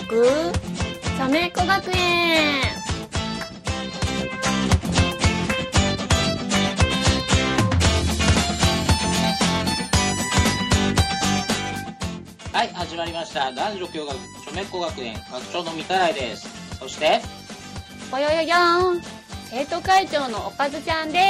くちょめっこ学園。 はい、始まりました。男女共学ちょめっこ学園学長の御手洗です。そしてぽよよよーん、生徒会長のおかずちゃんです。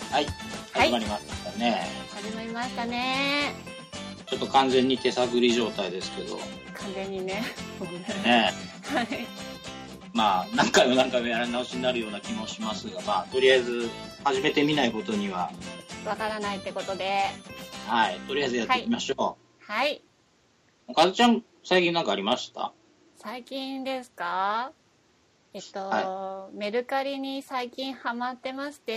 はい、始まりましたね。 始まりましたね。 ちょっと完全に手探り状態ですけど。 完全にね。 ねはい。 まあ何回もやり直しになるような気もしますが、まあとりあえず始めてみないことにはわからないってことで、 はい、とりあえずやっていきましょう。 はい。 おかずちゃん、最近なんかありました？ 最近ですか？ はメルカリに最近ハマってまして、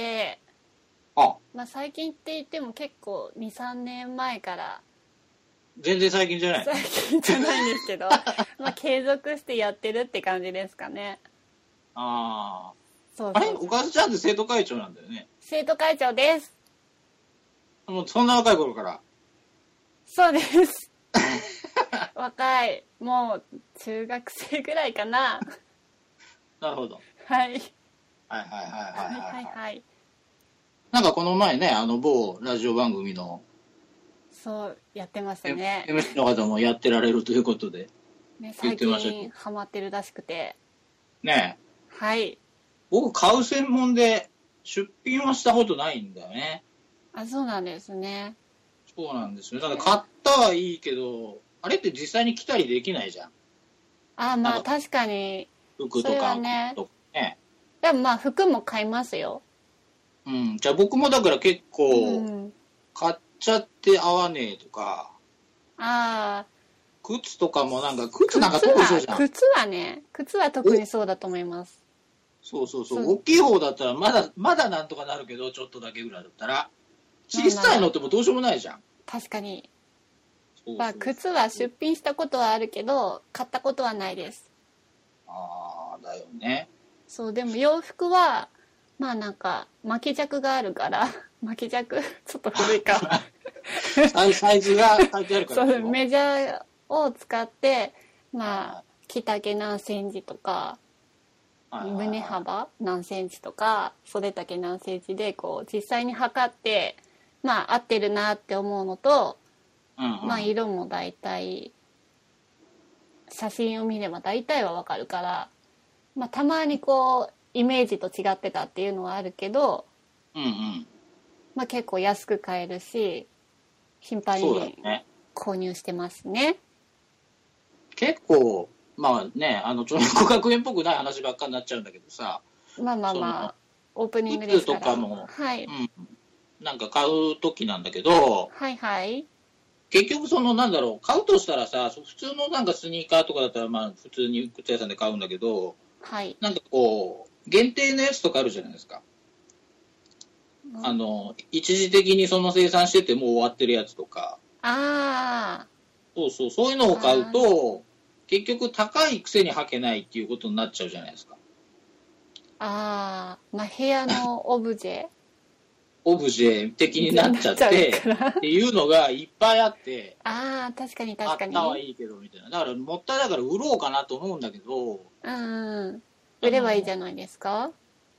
あ、 まあ最近って言っても結構2、3年前から。 全然最近じゃない。 最近じゃないんですけど、まあ継続してやってるって感じですかね。 ああ。 そうそうそう。 あれ、おかずちゃんって生徒会長なんだよね。 生徒会長です。 もうそんな若い頃から。 そうです。若い。もう中学生ぐらいかな。 なるほど。 はい。 はいはいはいはい。 なんかこの前ね、某ラジオ番組のそうやってましたね。 MC の方もやってられるということで、 ね、最近ハマってるらしくて。 ねえ。はい。 僕買う専門で出品はしたことないんだよね。 あ、そうなんですね。 そうなんですよ。だから買ったはいいけど、あれって実際に着たりできないじゃん。 あ、まあ確かに。 服とかね。 とかね。 でもまあ服も買いますよ。 うん。じゃあ僕もだから結構、買っちゃって合わねえとか。 ああ。 靴とかも靴なんか特にそうじゃん。 靴は特にそうだと思います。 そう。大きい方だったらまだなんとかなるけど、ちょっとだけぐらいだったら。小さいのってもうどうしようもないじゃん。 確かに。 そうまあ靴は出品したことはあるけど、買ったことはないです。 ああ、だよね。 そう、でも洋服は、まあなんか巻き尺があるから、巻き尺ちょっと古いか。 サイズが書いてあるから。 そう、メジャーを使って、まあ、着丈何センチとか、胸幅何センチとか、袖丈何センチで、こう、実際に測って、まあ、合ってるなって思うのと、まあ、色も大体、写真を見れば大体はわかるから、まあ、たまにこう、イメージと違ってたっていうのはあるけど、まあ、結構安く買えるし、頻繁に購入してますね。 結構まあね、ちょっと学園っぽくない話ばっかになっちゃうんだけどさ。 まあオープニングですから。 靴とかも、 はい。 なんか買う時なんだけど、 はい。 結局買うとしたらさ、普通のなんかスニーカーとかだったらまあ普通に靴屋さんで買うんだけど、 はい。 なんかこう限定のやつとかあるじゃないですか。一時的にその生産しててもう終わってるやつとか。 ああ。 そういうのを買うと、結局高いくせに履けないっていうことになっちゃうじゃないですか。 ああ、まあ部屋のオブジェ的になっちゃってっていうのがいっぱいあって、 ああ、確かに。 あったはいいけどみたいな。だからもったいないから売ろうかなと思うんだけど。 売ればいいじゃないですか。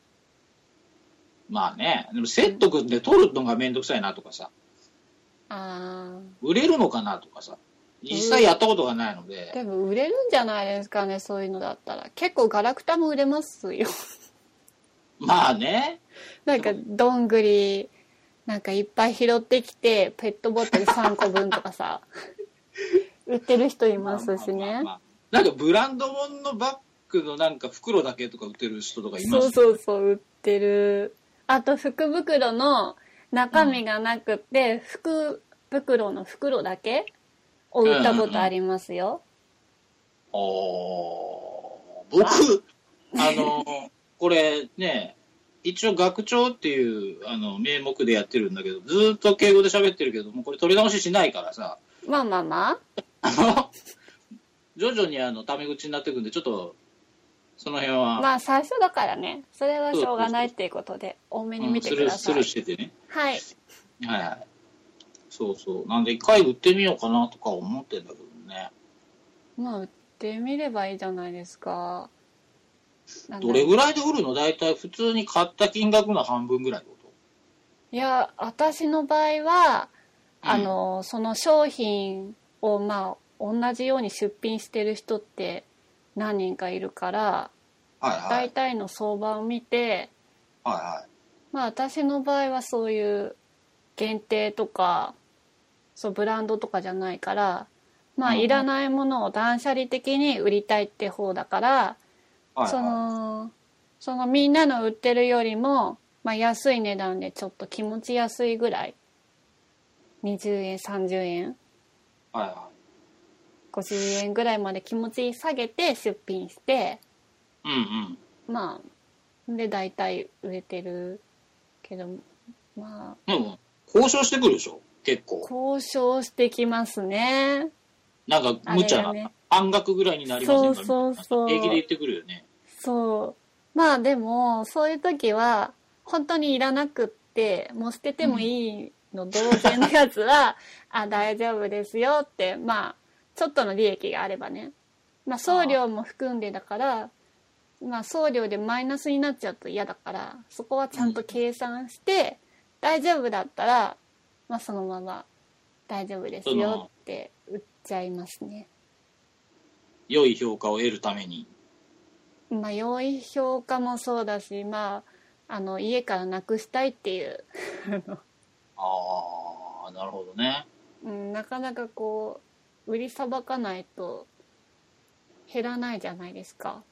まあね、でもセット組んで取るのがめんどくさいなとかさ。売れるのかなとかさ。実際やったことがないので。 でも売れるんじゃないですかね、そういうのだったら。結構ガラクタも売れますよ。 まあね。 なんかどんぐりなんかいっぱい拾ってきてペットボトル3個分とかさ売ってる人いますしね。 なんかブランド物のバッグのなんか袋だけとか売ってる人とかいます。 そう売ってる。あと福袋の中身がなくて、福袋の袋だけを売ったことありますよ。 僕これね、一応学長っていう名目でやってるんだけど、ずっと敬語で喋ってるけどもうこれ取り直ししないからさ。 まあ徐々にタメ口になっていくんでちょっとその辺はまあ最初だからね、それはしょうがないっていうことで多めに見てください。 スルーしててね。 はい。 そうなんで一回売ってみようかなとか思ってんだけどね。 まあってみればいいじゃないですか。 どれぐらいで売るの？だいたい普通に買った金額の半分ぐらいってこと？ いや、私の場合は、その商品をまあ同じように出品してる人って何人かいるから、大体の相場を見て、まあ私の場合はそういう限定とか、そうブランドとかじゃないから、まあいらないものを断捨離的に売りたいって方だから、そのみんなの売ってるよりも、まあ、安い値段でちょっと気持ち安いぐらい、20円30円、50円ぐらいまで気持ち下げて出品して、まあで大体売れてるけど、まあ交渉してくるでしょ結構。 交渉してきますね。 なんか無茶な、半額ぐらいになりませんか？そう平気で言ってくるよね。 そう、まあでもそういう時は本当にいらなくってもう捨ててもいいの同然のやつは大丈夫ですよって、まあちょっとの利益があればね、まあ送料も含んでだから、まあ送料でマイナスになっちゃうと嫌だから、そこはちゃんと計算して、大丈夫だったらまあそのまま大丈夫ですよって売っちゃいますね。 良い評価を得るために。 まあ良い評価もそうだし、まあ家からなくしたいっていうなるほどね。 なかなかこう売りさばかないと減らないじゃないですか。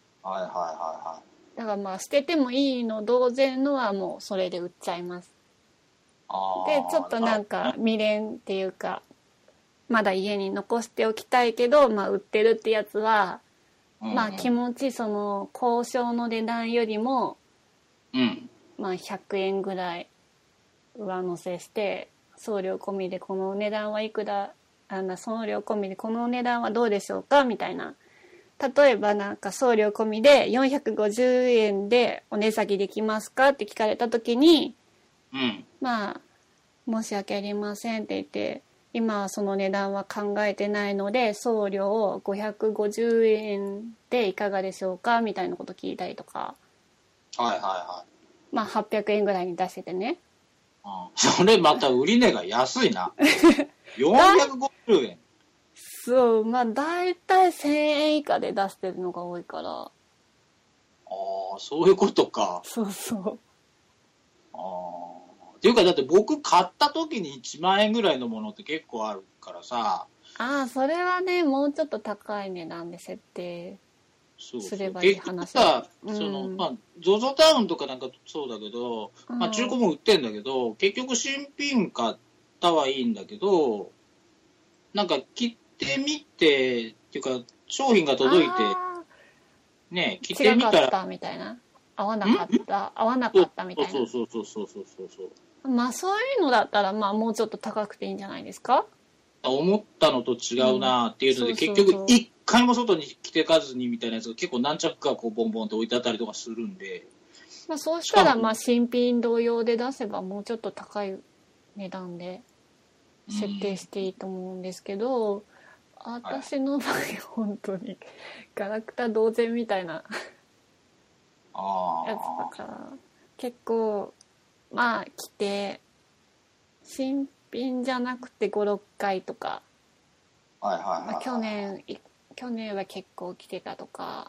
だからまあ捨ててもいいの同然のはもうそれで売っちゃいます。でちょっとなんか未練っていうか、まだ家に残しておきたいけど、まあ売ってるってやつは、まあ気持ちその交渉の値段よりも、まあ100円ぐらい上乗せして送料込みでこの値段はいくら、送料込みでこの値段はどうでしょうかみたいな。例えばなんか送料込みで450円でお値下げできますかって聞かれた時に、まあ申し訳ありませんって言って、今はその値段は考えてないので送料を550円でいかがでしょうかみたいなこと聞いたりとか、まあ800円ぐらいに出しててね。 それまた売り値が安いな。450円。 そう、まあ大体1000円以下で出してるのが多いから。 そういうことか。 そうそう。 っていうかだって僕買った時に1万円ぐらいのものって結構あるからさ。 それはねもうちょっと高い値段で設定すればいい話だ。結局さ、まあ ZOZO タウンとかなんかそうだけど、まあ中古も売ってんだけど、結局新品買ったはいいんだけど、なんか着てみてっていうか商品が届いてね、着てみたら違かったみたいな、合わなかったみたいな。そうまあそういうのだったらまあもうちょっと高くていいんじゃないですか。 思ったのと違うなっていうので、結局一回も外に着てかずにみたいなやつが結構何着かこうボンボンと置いてあったりとかするんで、 まあそうしたらまあ新品同様で出せばもうちょっと高い値段で設定していいと思うんですけど、私の場合本当にガラクタ同然みたいなやつだから結構まあ着て新品じゃなくて 5,6 回とか、去年は結構着てたとか、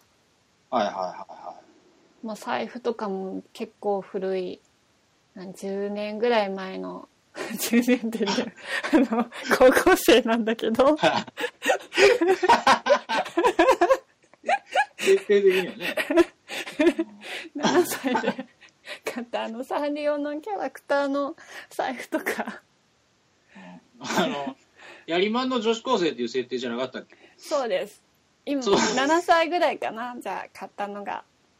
まあ財布とかも結構古い10年ぐらい前の10年ってね高校生なんだけど設定的にはね 7歳で買ったサンリオのキャラクターの財布とかやりまんの女子高生っていう設定じゃなかったっけ？ そうです。今7歳ぐらいかな、じゃあ買ったのが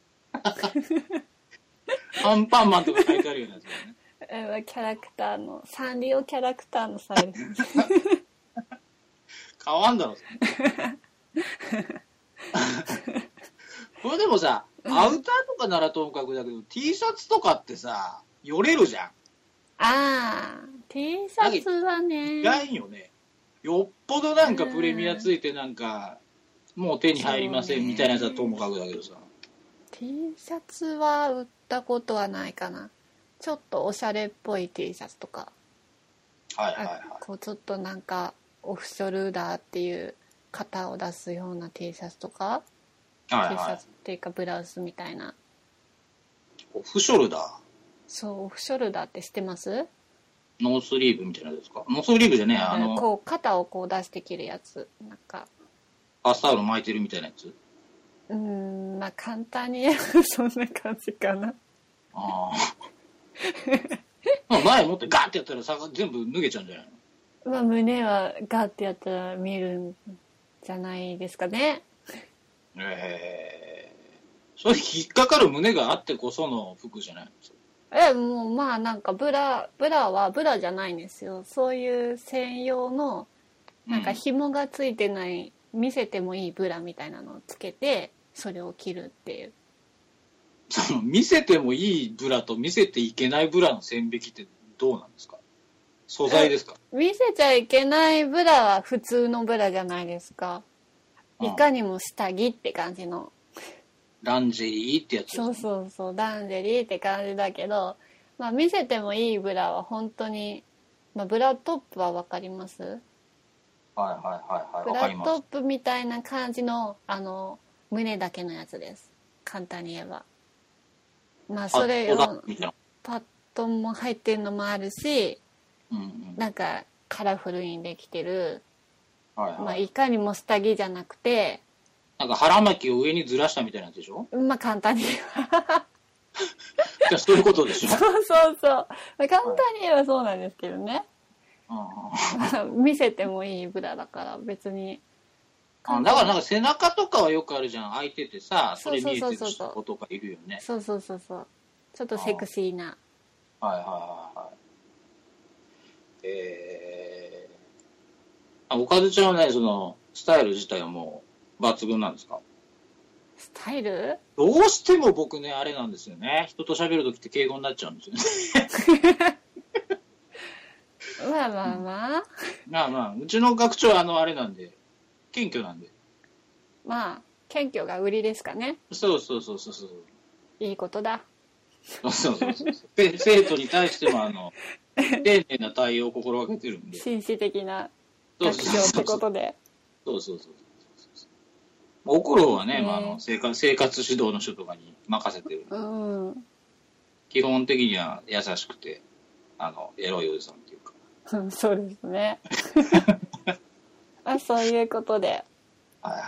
アンパンマンとか書いてあるようなやつだね。 キャラクターのサンリオキャラクターの財布変わんだろこれでもさ、アウターとかならともかくだけど T シャツとかってさよれるじゃん。 T シャツはねいらんよね。よっぽどなんかプレミアついてなんかもう手に入りませんみたいなやつはともかくだけどさ。 T シャツは売ったことはないかな。ちょっとおしゃれっぽい T シャツとか、 はいはいはい。 こうちょっとなんかオフショルダーっていう肩を出すような T シャツとか、 はいはい、 T シャツっていうかブラウスみたいな。 オフショルダー。 そう、オフショルダーって知ってます？ ノースリーブみたいなやつですか？ノースリーブじゃねえ、 こう肩をこう出して着るやつ、なんかバスタオル巻いてるみたいなやつ。 まあ簡単に言えばそんな感じかな。 ああ。前持ってガーってやったら全部脱げちゃうんじゃないの？ まあ胸はガーってやったら見えるんじゃないですかね。 それ引っかかる胸があってこその服じゃないの？ もうまあなんかブラはブラじゃないんですよ。そういう専用のなんか紐がついてない、見せてもいいブラみたいなのをつけてそれを着るっていう。 その見せてもいいブラと見せていけないブラの線引きってどうなんですか？素材ですか？ 見せちゃいけないブラは普通のブラじゃないですか。いかにも下着って感じの。 ランジェリーってやつですね。 そうそうそう、ランジェリーって感じだけど、まあ見せてもいいブラは本当に、まあ、ブラトップはわかります？ はいはいはいはい。 ブわかります。 ラトップみたいな感じの胸だけのやつです。簡単に言えば。まあそれをパッドも入ってるのもあるし、なんかカラフルにできてる、まあいかにも下着じゃなくて、 なんか腹巻きを上にずらしたみたいなやつでしょ？ まあ簡単に言えばじゃあそういうことでしょ？ そうそうそう。簡単に言えばそうなんですけどね。見せてもいいブラだから別に。 だからなんか背中とかはよくあるじゃん。開いててさ、それ見えてる子とかいるよね。 そうそうそうそう。ちょっとセクシーな。 はいはいはいはい。おかずちゃんはね、そのスタイル自体はもう抜群なんですか？ スタイル？ どうしても僕ね、あれなんですよね。人と喋るときって敬語になっちゃうんですよね。 まあまあまあ。 まあまあ、うちの学長はあれなんで、謙虚なんで。 まあ、謙虚が売りですかね。 そうそうそうそうそう。 いいことだ。 そうそうそうそう。生徒に対しても丁寧な対応を心がけてるんで。 紳士的な学長ってことで。 そうそうそう。怒る方はね、まあ、生活指導の人とかに任せてる。基本的には優しくて、エロいおじさんっていうか。 そうですね。そういうことで。 はいはいはい。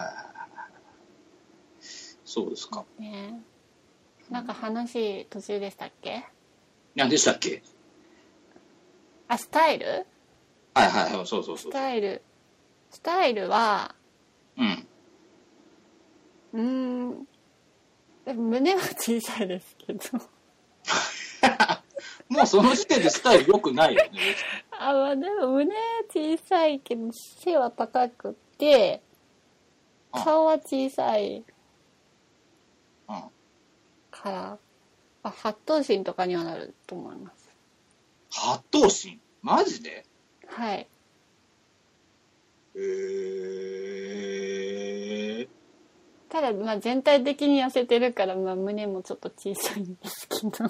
そうですか。 ね、なんか話途中でしたっけ？ 何でしたっけ？ スタイル？ はいはいはい、そうそうそう。 スタイルは、胸は小さいですけど。 もうその時点でスタイル良くないよね。 まあでも胸小さいけど背は高くて、顔は小さいから、8頭身とかにはなると思います。 8頭身？マジで？ はい。ただまあ全体的に痩せてるから、まあ、胸もちょっと小さいんですけど。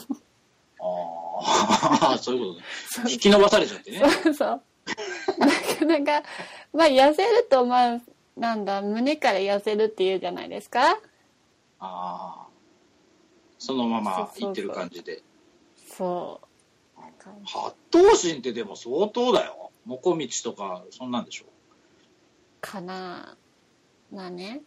そういうことね。引き伸ばされちゃってね。 そうそう。なかなか、まあ痩せると、まあ、胸から痩せるっていうじゃないですか。 そのままいってる感じで。 そう。 8頭身ってでも相当だよ。もこみちとか、そんなんでしょ。 かな。まあね。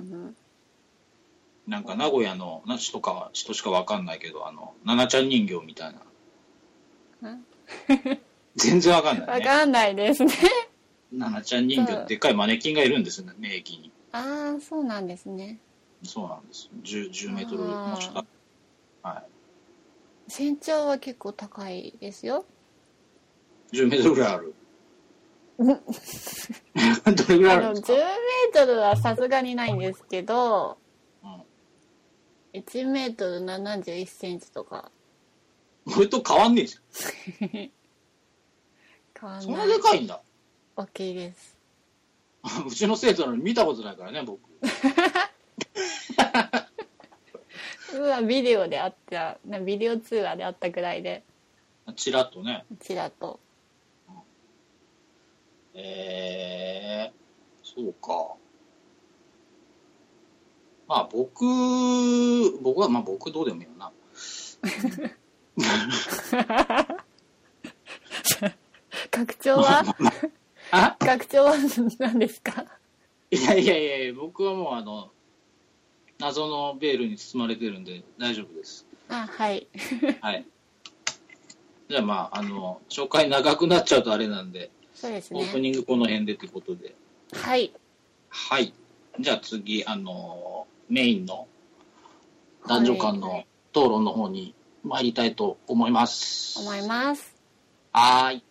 なんか名古屋の人しかわかんないけど、ななちゃん人形みたいな。全然わかんないね。 わかんないですね。 ななちゃん人形、でっかいマネキンがいるんですよね、名駅に。 そうなんですね。 そうなんです。10メートルの下。はい。 身長は結構高いですよ。 10メートルぐらいある。どれぐらいあるんですか？ 10メートルはさすがにないんですけど、1メートル71センチとか。 これと変わんねえじゃん。 変わんない。 そんなでかいんだ。 大きいです。 うちの生徒なのに見たことないからね、僕。 ビデオであった、ビデオ通話であったぐらいで。 チラッとね。 チラッと。 そうか。まあ僕はまあ僕どうでもいいよな。 学長は学長は何ですか？ いや、僕はもう謎のベールに包まれてるんで大丈夫です。 はい。 はい。じゃあまあ紹介長くなっちゃうとあれなんで、 そうですね。 オープニングこの辺でということで。 はい。 はい。じゃあ次メインの男女間の討論の方に参りたいと思います。 はーい。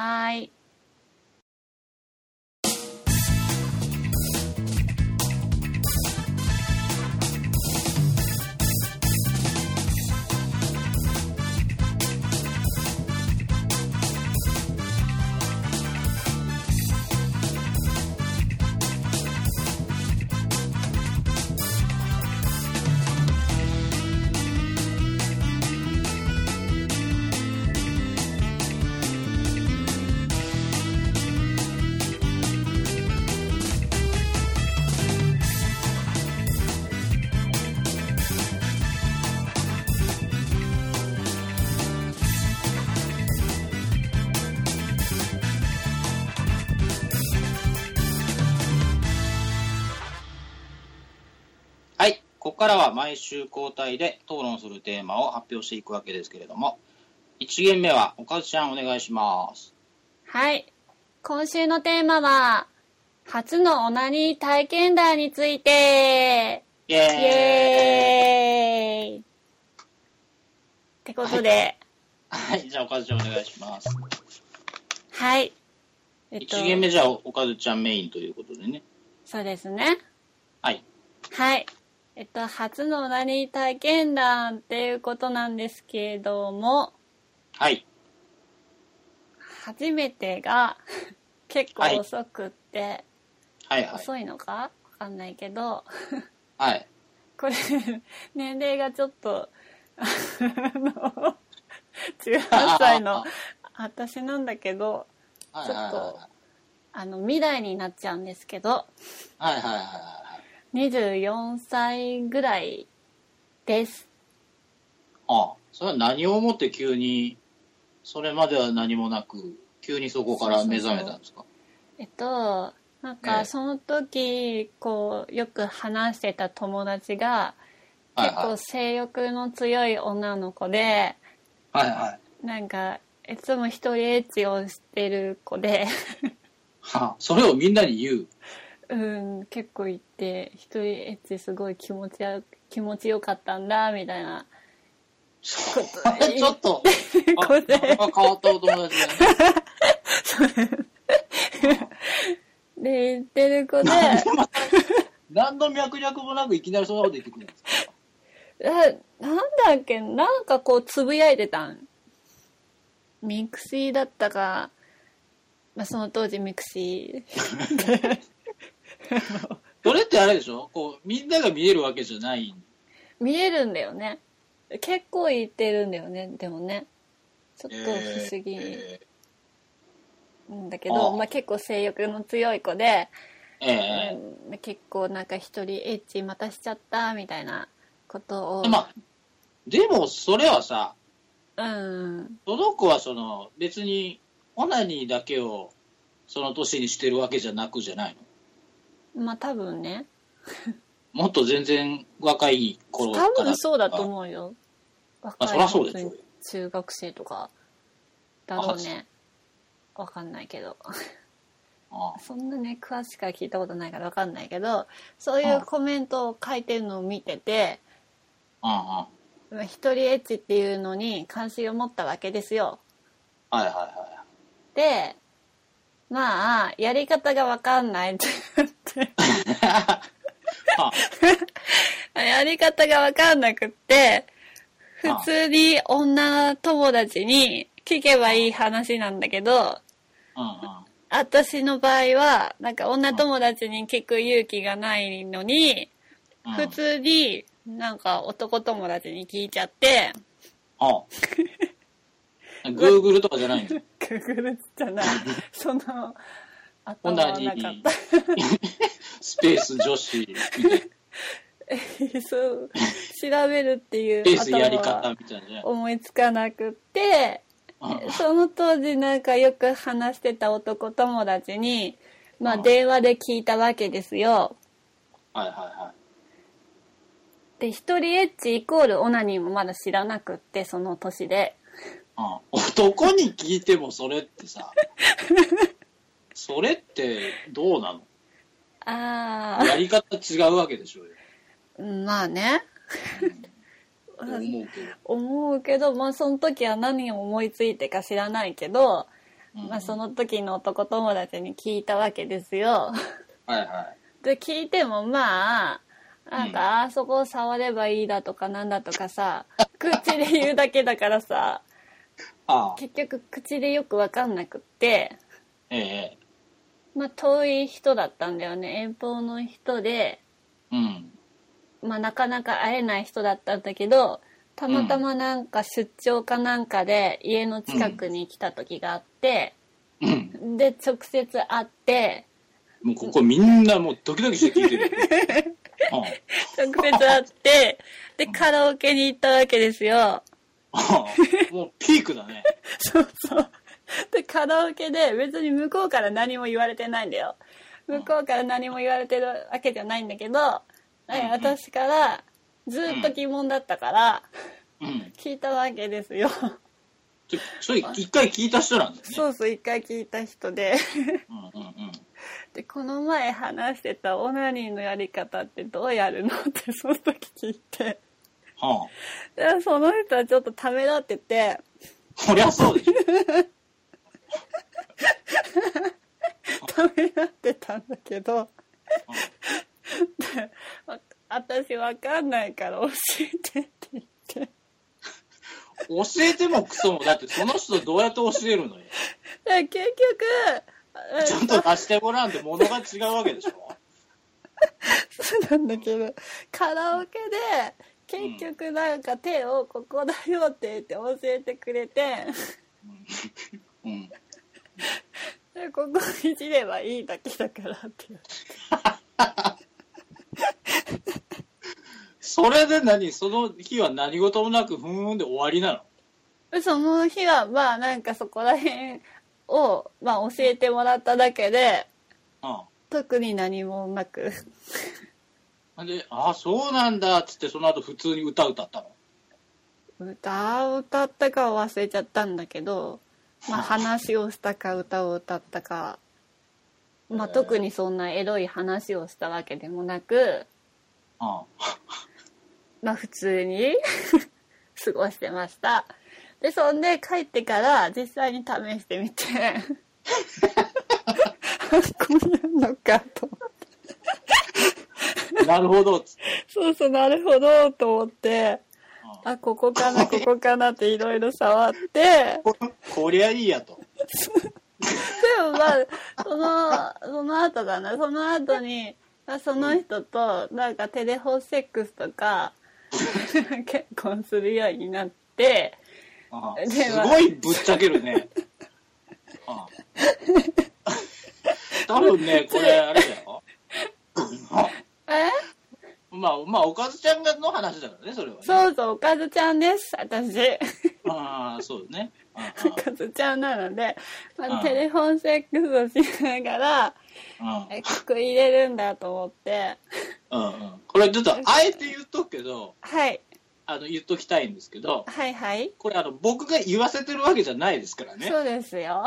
ここからは毎週交代で討論するテーマを発表していくわけですけれども、1限目はおかずちゃんお願いします。 はい。今週のテーマは、初のオナニー体験談について。 イエーイってことで。 はい、じゃあおかずちゃんお願いします。 はい。 1限目じゃあおかずちゃんメインということでね。 そうですね。 はい。 はい。初のオナニー体験談っていうことなんですけれども、 はい。 初めてが結構遅くって、 はいはい、 遅いのかわかんないけど、 はい。 これ年齢がちょっと18歳の私なんだけど、ちょっと未来になっちゃうんですけど、24歳ぐらいです。 ああ、それは何をもって急に、それまでは何もなく、急にそこから目覚めたんですか？ なんかその時、こう、よく話してた友達が、結構性欲の強い女の子で、なんか、いつも一人エッチをしてる子で、 それをみんなに言う？ 結構言って一人エッチすごい気持ちよかったんだみたいなことちょっと変わったお友達だね。 で言ってる子で何の脈略もなくいきなりそんなこと言ってくるんですか？ なんだっけ、なんかこうつぶやいてたん。ミクシーだったか、その当時ミクシーそれってあれでしょ、こうみんなが見えるわけじゃない。 見えるんだよね。結構言ってるんだよね。でもね、ちょっと不思議だけど、結構性欲の強い子で、結構なんか一人エッチまたしちゃったみたいなことを。 でもそれはさ、その子は別にオナニーだけをその年にしてるわけじゃなくじゃないの？多分ね。もっと全然若い頃から。 多分そうだと思うよ。若いそりゃそうでしょ。 中学生とかだろうね。わかんないけど。そんなね、詳しくは聞いたことないからわかんないけど、そういうコメントを書いてるのを見てて、一人エッチっていうのに関心を持ったわけですよ。で、やり方がわかんないって言ってやり方がわかんなくって、普通に女友達に聞けばいい話なんだけど、 私の場合は、なんか女友達に聞く勇気がないのに、普通になんか男友達に聞いちゃって、 Google とかじゃないんだ。 Google じゃない。頭はなかった。 スペース女子みたいな。 そう、調べるっていう頭は思いつかなくって、その当時なんかよく話してた男友達に、まあ電話で聞いたわけですよ。 はいはいはい。 で、一人エッチイコールオナニーもまだ知らなくって、その年で。 男に聞いてもそれってさ、それってどうなの？やり方違うわけでしょうよ。 まあね。思うけど、まあその時は何を思いついてか知らないけど、まあその時の男友達に聞いたわけですよ。 はいはい。 で、聞いてもまあ、なんか、あそこを触ればいいだとかなんだとかさ、口で言うだけだからさ、結局口でよくわかんなくって、まあ遠い人だったんだよね。遠方の人で、まあなかなか会えない人だったんだけど、たまたまなんか出張かなんかで家の近くに来た時があって、で直接会って、 もうここみんなもうドキドキして聞いてる。 直接会って、でカラオケに行ったわけですよ。 もうピークだね。 そうそう。でカラオケで別に向こうから何も言われてないんだよ。向こうから何も言われてるわけじゃないんだけど、私からずっと疑問だったから、聞いたわけですよ。 それ一回聞いた人なんですね。 そうそう、一回聞いた人で。で、この前話してたオナニーのやり方ってどうやるのってその時聞いて。でその人はちょっとためらってて。 そりゃそうでしょ。 ためらってたんだけど。で私わかんないから教えてって言って。 教えてもクソも、だってその人どうやって教えるのよ。 結局ちゃんと出してごらんってものが違うわけでしょ。 そうなんだけど、カラオケで結局なんか手をここだよって言って教えてくれて、でここいじればいいだけだからって言って。 それでその日は何事もなくふーんで終わりなの？その日はまあなんかそこら辺を、まあ、教えてもらっただけで、特に何もなく。 で、そうなんだっつってその後普通に歌歌ったの？ 歌ったかは忘れちゃったんだけど、まあ話をしたか歌を歌ったか、まあ特にそんなエロい話をしたわけでもなく、まあ普通に過ごしてました。で、そんで帰ってから実際に試してみて、こうやんのかと思って。 なるほど。 そうそう、なるほどと思って、ここかな、ここかなっていろいろ触って、 こりゃいいやと。 でもまあ、その後だな、その後に、その人となんかテレフォンセックスとか結婚するようになって、 すごいぶっちゃけるね。多分ね、これあれだよ。まあおかずちゃんの話だからね、それは、ね。 そうそう、おかずちゃんです、私。 そうね。 おかずちゃんなので、テレフォンセックスをしながら、ここ入れるんだと思って。 これちょっとあえて言っとくけど、 はい。 言っときたいんですけど、 はいはい。 これ僕が言わせてるわけじゃないですからね。 そうですよ。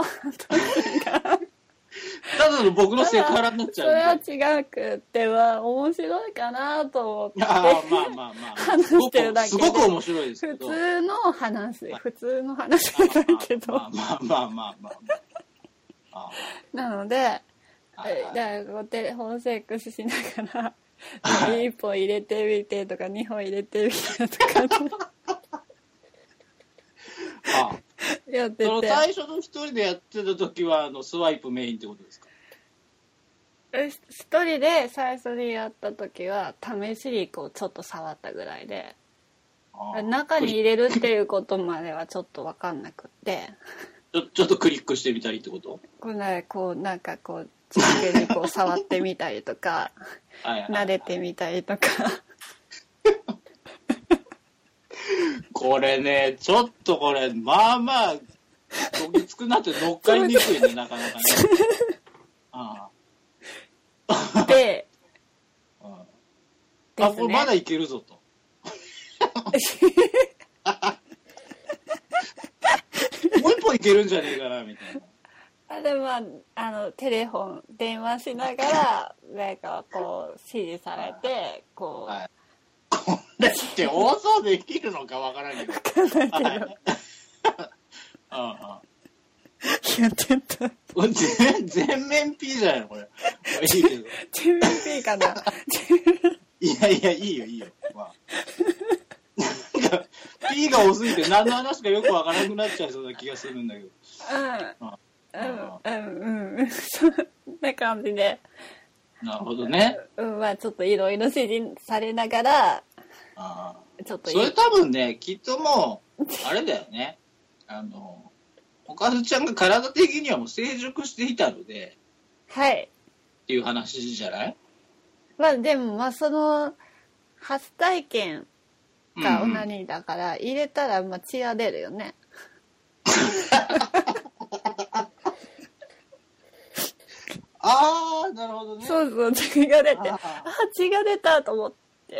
ただの僕のセクハラになっちゃうんで。 それは違くっては面白いかなと思って。 まあ。 話してるだけで。 すごく面白いですけど。 普通の話じゃないけど。 まあ。 なので、テレフォンセックスしながら、1本入れてみてとか2本入れてみてとか。 やってて。 その最初の一人でやってた時はスワイプメインってことですか？ 一人で最初にやった時は試しにこうちょっと触ったぐらいで、中に入れるっていうことまではちょっと分かんなくってちょっとクリックしてみたりってこと？ こうなんかこう自分にこう触ってみたりとか撫でてみたりとかこれね、ちょっとこれまあまあどぎつくなって乗っかりにくいね、なかなかね。ああで、 これまだいけるぞと。もう一本いけるんじゃねえかなみたいな。 でテレフォン電話しながらなんかこう指示されてこう、 はい、これって放送できるのかわからんけど。 分かんないけど。やってた。 全面 P じゃないのこれ。いいけど。 全面 P かな。 いやいいよ。まあ、なんか P が多すぎて何の話かよくわからなくなっちゃいそうな気がするんだけど。 そんな感じで。 なるほどね。 まあちょっといろいろ指示されながら、ちょっとそれ多分ね、きっともうあれだよね。おかずちゃんが体的にはもう成熟していたので、 はい。 っていう話じゃない？ まあでもその初体験がオナニーだから、入れたら血が出るよね。 なるほどね。 そう血が出て、血が出たと思って。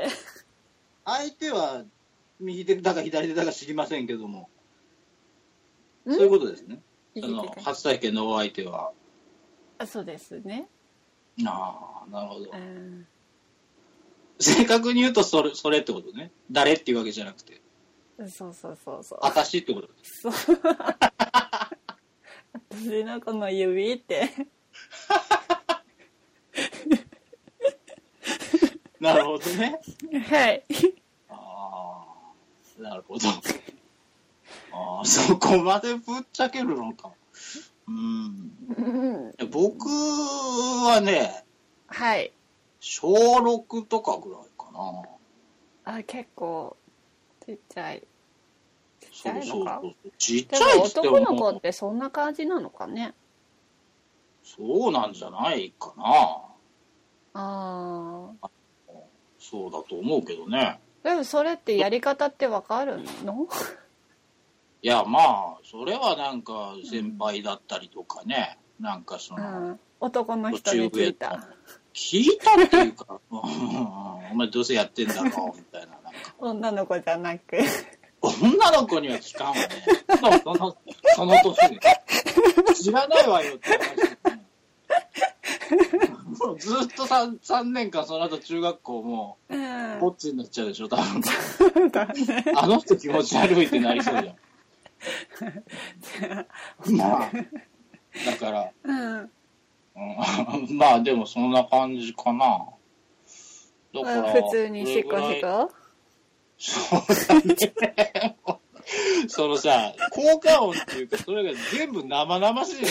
相手は右手だか左手だか知りませんけども。そういうことですね。その初体験のお相手は。 そうですね。 なるほど。正確に言うとそれってことね。誰っていうわけじゃなくて。 そう。 私ってことです。 そう。私のこの指って。 なるほどね。 はい。 なるほど。そこまでぶっちゃけるのか。僕はね、 はい。 小6とかぐらいかな。結構ちっちゃい。ちっちゃいのか。 ちっちゃいっつっても男の子ってそんな感じなのかね。 そうなんじゃないかな。そうだと思うけどね。 でもそれってやり方ってわかるの？ いやまあそれはなんか先輩だったりとかね、なんかその、 男の人に聞いたっていうかお前どうせやってんだろうみたいな、なんか女の子じゃなく女の子には聞かんわね。その年で知らないわよって話。もうずっと 3年間その後中学校もぼっちになっちゃうでしょ多分。あの人気持ち悪いってなりそうじゃん。まあだから、まあでもそんな感じかな。だから普通にシコシコ。 そうだね。そのさ、効果音っていうかそれが全部生々しいんだって。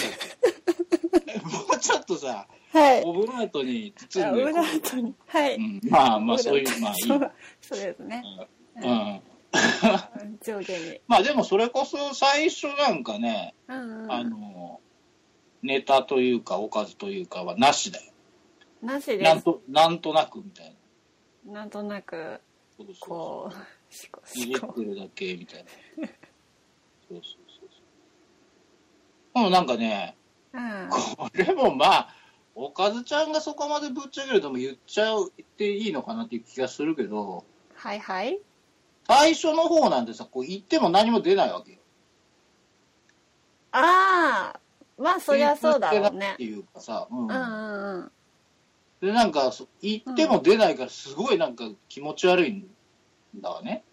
もうちょっとさ、オブラートに包んで。 オブラートに。はい。 まあそういうまあいい。 そうですね。上下に。 まあでもそれこそ最初なんかね、ネタというかおかずというかはなしだよ。 なしです。 なんとなくみたいな。なんとなくこう入れてるだけみたいな。そう。でもなんかね、これもまあおかずちゃんがそこまでぶっちゃけるとも言っちゃっていいのかなっていう気がするけど。 はいはい。 最初の方なんてさ、こう言っても何も出ないわけよ。 まあそりゃそうだろうね。 っていうかさ、でなんか言っても出ないからすごいなんか気持ち悪いんだわね。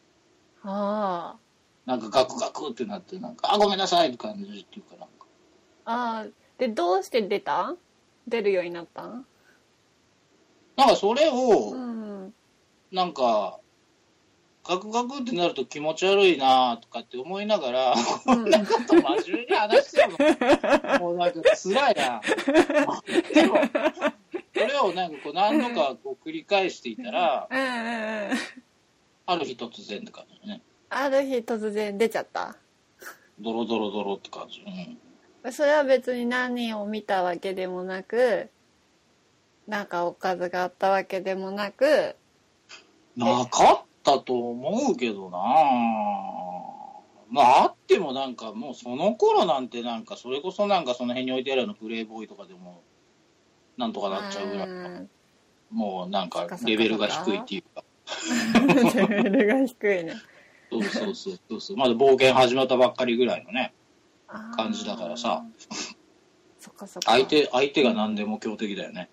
なんかガクガクってなってなんかごめんなさいって感じっていうかなんか。 でどうして出るようになったん？ なんかそれを、なんかガクガクってなると気持ち悪いなとかって思いながら、こんなこと真面目に話してるの、もうなんか辛いな。でも、それをなんかこう何度かこう繰り返していたら、ある日突然って感じね。 ある日突然出ちゃった。 ドロドロドロって感じ。 それは別に何を見たわけでもなく、なんかおかずがあったわけでもなく。 なかったと思うけどな。まああってもなんかもうその頃なんてなんかそれこそなんかその辺に置いてあるのプレイボーイとかでもなんとかなっちゃうぐらい。もうなんかレベルが低いっていうか。 レベルが低いね。 そう。まだ冒険始まったばっかりぐらいのね、感じだからさ。 そっかそっか。 相手が何でも強敵だよね。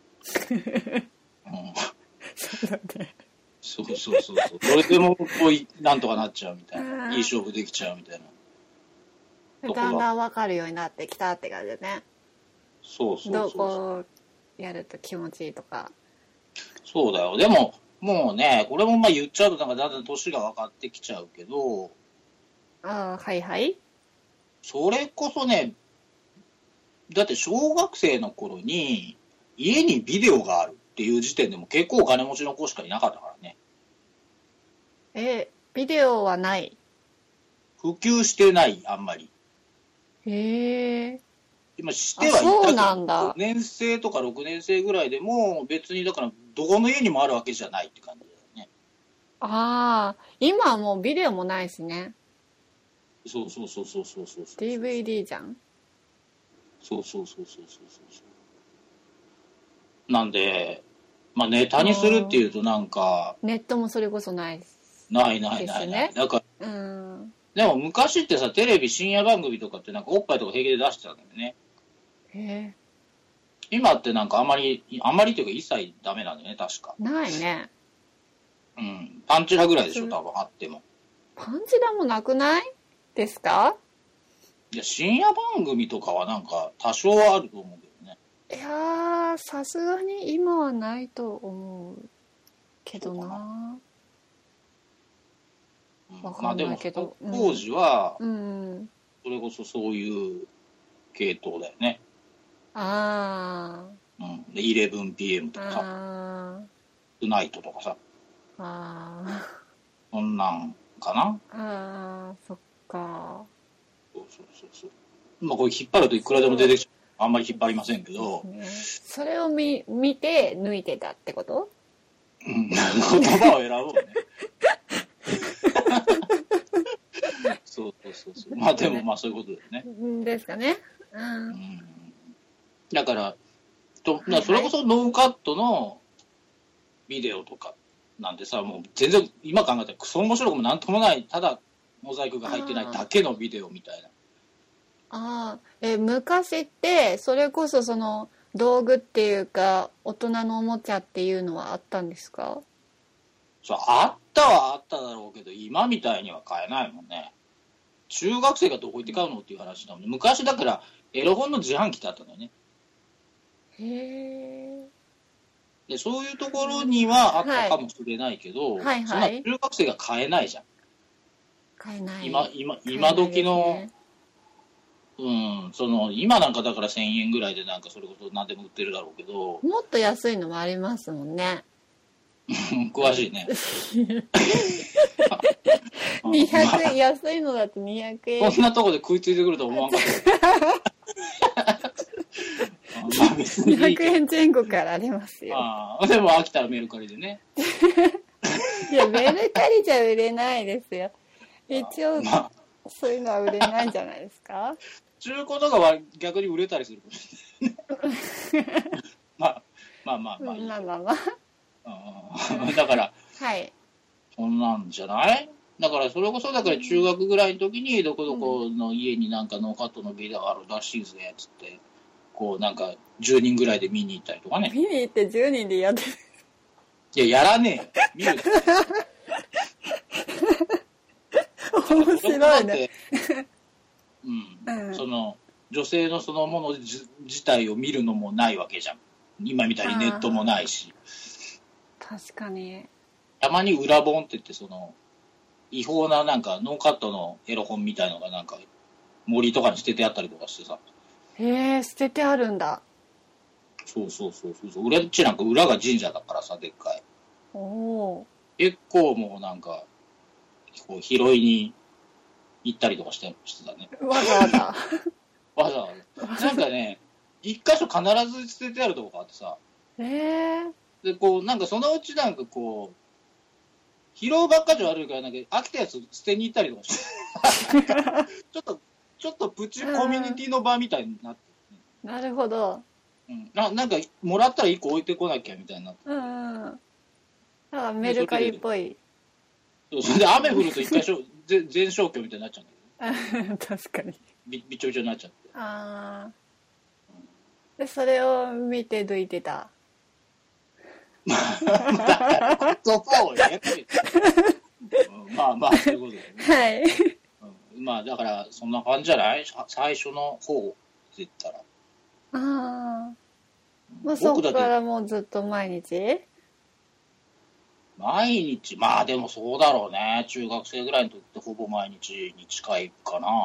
そうだね。 そう。それでもこうなんとかなっちゃうみたいな。いい勝負できちゃうみたいな。 だんだん分かるようになってきたって感じでね。 そう。 どこやると気持ちいいとか。 そうだよ。でも、もうね、これもまあ言っちゃうとなんかだんだん年が分かってきちゃうけど。 はいはい。 それこそね、だって小学生の頃に家にビデオがあるっていう時点でも結構お金持ちの子しかいなかったからね。ビデオはない？ 普及してない、あんまり。 へえ。 今してはいたけど、 そうなんだ。 5年生とか6年生ぐらいでも別にだからどこの家にもあるわけじゃないって感じだよね。 今はもうビデオもないしね。 そう。 DVD じゃん。 そう。なんで、まあネタにするっていうとなんか。 ネットもそれこそないです。 ない。だから、でも昔ってさ、テレビ深夜番組とかってなんかおっぱいとか平気で出してたんだよね。今ってなんかあんまりというか一切ダメなんだよね、確か。 ないね。 パンチラぐらいでしょ、多分あっても。 パンチラもなくないですか？ いや、深夜番組とかはなんか多少はあると思うけどね。 いやー、さすがに今はないと思うけどな。わかんないけど。 まあでも当時は、それこそそういう系統だよね。で 11PM とかさ、トゥナイトとかさ、そんなんかな。 そっか。 そう。まあこれ引っ張るといくらでも出てきちゃう。あんまり引っ張りませんけど。 それを見て抜いてたってこと？ 言葉を選ぼうね。そう。まあでもまあそういうことだよね。 ですかね。 だからそれこそノーカットのビデオとかなんてさ、もう全然今考えたらクソ面白くもなんともない、ただモザイクが入ってないだけのビデオみたいな。 昔ってそれこそその道具っていうか大人のおもちゃっていうのはあったんですか？ あっただろうけど今みたいには買えないもんね。中学生がどこ行って買うのっていう話だもんね。昔だからエロ本の自販機ってあったんだよね。でそういうところにはあったかもしれないけど、そんな中学生が買えないじゃん。 買えない。 今時の、今なんかだから1000円ぐらいでなんかそれこそ何でも売ってるだろうけど。 もっと安いのもありますもんね。 詳しいね。 200円、安いのだと200円。 こんなとこで食いついてくると思わんかった。 200円前後からありますよ。 でも飽きたらメルカリでね。 いや、メルカリじゃ売れないですよ。一応、そういうのは売れないんじゃないですか？ 中古とかは逆に売れたりするかもしれない。まあ。だから、そんなんじゃない？だからそれこそだから中学ぐらいの時にどこどこの家になんかノーカットのビデオあるらしいぜっつってこうなんか10人ぐらいで見に行ったりとかね。 見に行って10人でやってる。 いや、やらねえよ。見る。 面白いね。 その女性のそのもの自体を見るのもないわけじゃん。今みたいにネットもないし。 確かに。 たまに裏本って言ってその違法ななんかノーカットのエロ本みたいのがなんか森とかに捨ててあったりとかしてさ。 へえ、捨ててあるんだ。 そうそうそうそう。俺っちなんか裏が神社だからさ、でっかい。 おお。 結構もうなんか、こう拾いに行ったりとかしてたね。 わざわざ。 わざわざ。なんかね、一箇所必ず捨ててあるとこがあってさ。で、こう、なんかそのうちなんかこう、拾うばっかじゃ悪いから、なんか飽きたやつ捨てに行ったりとかして。ちょっとプチコミュニティの場みたいになって。 なるほど。 うん、なんか、もらったら一個置いてこなきゃみたいになって。 うんうん。だからメルカリっぽい。 そう、それで雨降ると一回全消去みたいになっちゃうんだけど。確かに。 びちょびちょになっちゃって。 ああ。で、それを見てどいてた。 だから言葉をね、まあまあ、そういうことだよね。 はい。 まあ、だから、そんな感じじゃない？最初の方って言ったら。 ああ。もうそこからもうずっと毎日？ 毎日、まあでもそうだろうね。中学生ぐらいの時ってほぼ毎日に近いかな。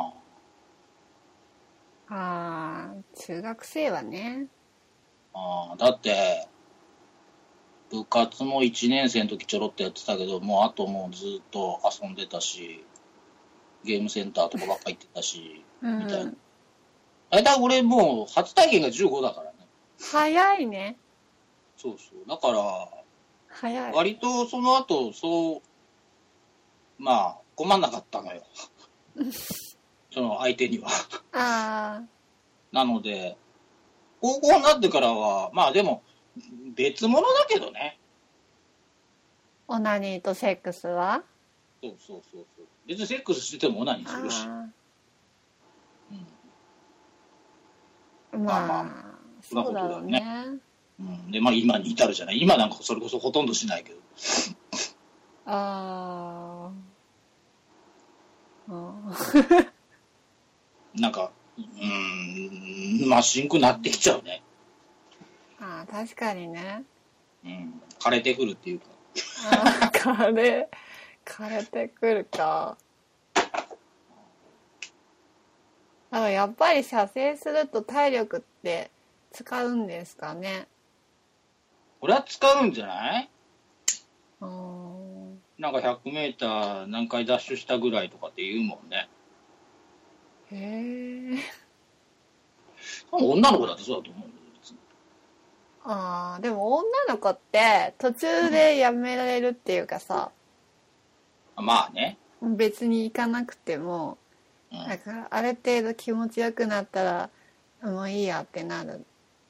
ああ、中学生はね。 だって、部活も1年生の時ちょろっとやってたけど、もうあともうずっと遊んでたし、ゲームセンターとかばっか行ってたし、みたいな。大体俺もう初体験が15だからね。 早いね。 そうそう。だから、 早い。 割とその後、まあ、困んなかったのよ。その相手には。 ああ。 なので、高校になってからは、まあでも、別物だけどね。 オナニーとセックスは？ そうそうそうそう。別にセックスしててもオナニーするし。 まあ、そうだろうね。 で、まあ今に至るじゃない。今なんかそれこそほとんどしないけど。なんか、まあシンクになってきちゃうね。 ああ、確かにね。 枯れてくるっていうか。 枯れてくるか。やっぱり射精すると体力って使うんですかね。 これは使うんじゃない？なんか100メーター何回ダッシュしたぐらいとかって言うもんね。 へえ。 女の子だってそうだと思うよ。 でも女の子って途中でやめられるっていうかさ、 まあね。 別に行かなくても、だからある程度気持ちよくなったらもういいやってなる。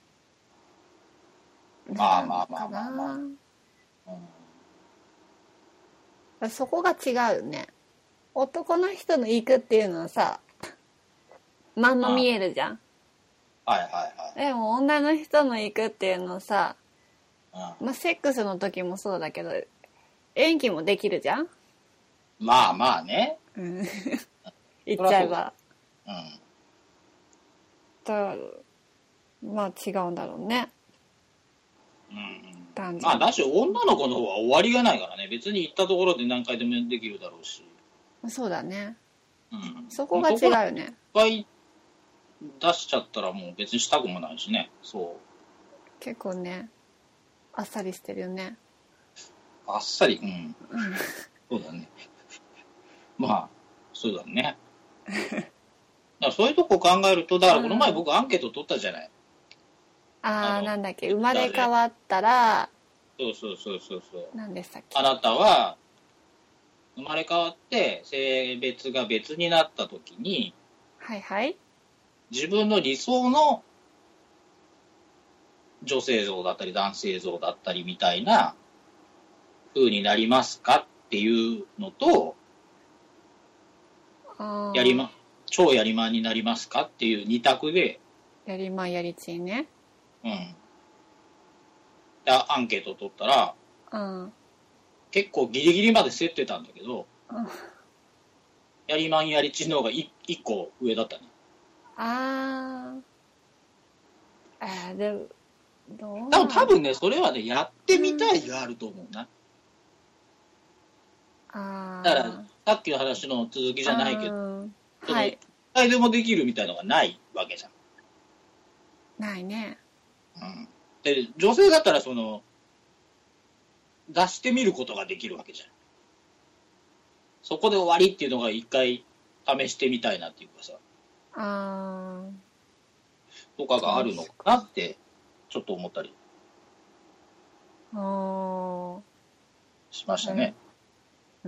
まあまあまあまあまあ。そこが違うね。男の人の行くっていうのはさ、まんま見えるじゃん。 はいはいはい。 でも女の人の行くっていうのさ、まあセックスの時もそうだけど、演技もできるじゃん。 まあまあね。 言っちゃえば。まあ違うんだろうね。 まあだし女の子の方は終わりがないからね。別に行ったところで何回でもできるだろうし。 そうだね。そこが違うよね。 いっぱい出しちゃったらもう別にしたくもないしね。そう。 結構ね、あっさりしてるよね。 あっさり、そうだね。まあ、そうだね。だからそういうとこ考えると、だからこの前僕アンケート取ったじゃない。 なんだっけ、生まれ変わったら、 そう。 何でしたっけ。 あなたは、生まれ変わって性別が別になった時に、 はいはい。 自分の理想の女性像だったり男性像だったりみたいな風になりますかっていうのと、超やりまんになりますかっていう2択で、 やりまんやりちんね。 アンケートを取ったら、結構ギリギリまで競ってたんだけど、やりまんやりちんの方が1個上だったね。 でも多分ね、それはね、やってみたいがあると思うな。だからさっきの話の続きじゃないけど、 はい。 誰でもできるみたいなのがないわけじゃん。 ないね。 うん。で、女性だったらその、出してみることができるわけじゃん。そこで終わりっていうのが一回試してみたいなっていうかさ。とかがあるのかなって、ちょっと思ったりしましたね。うん。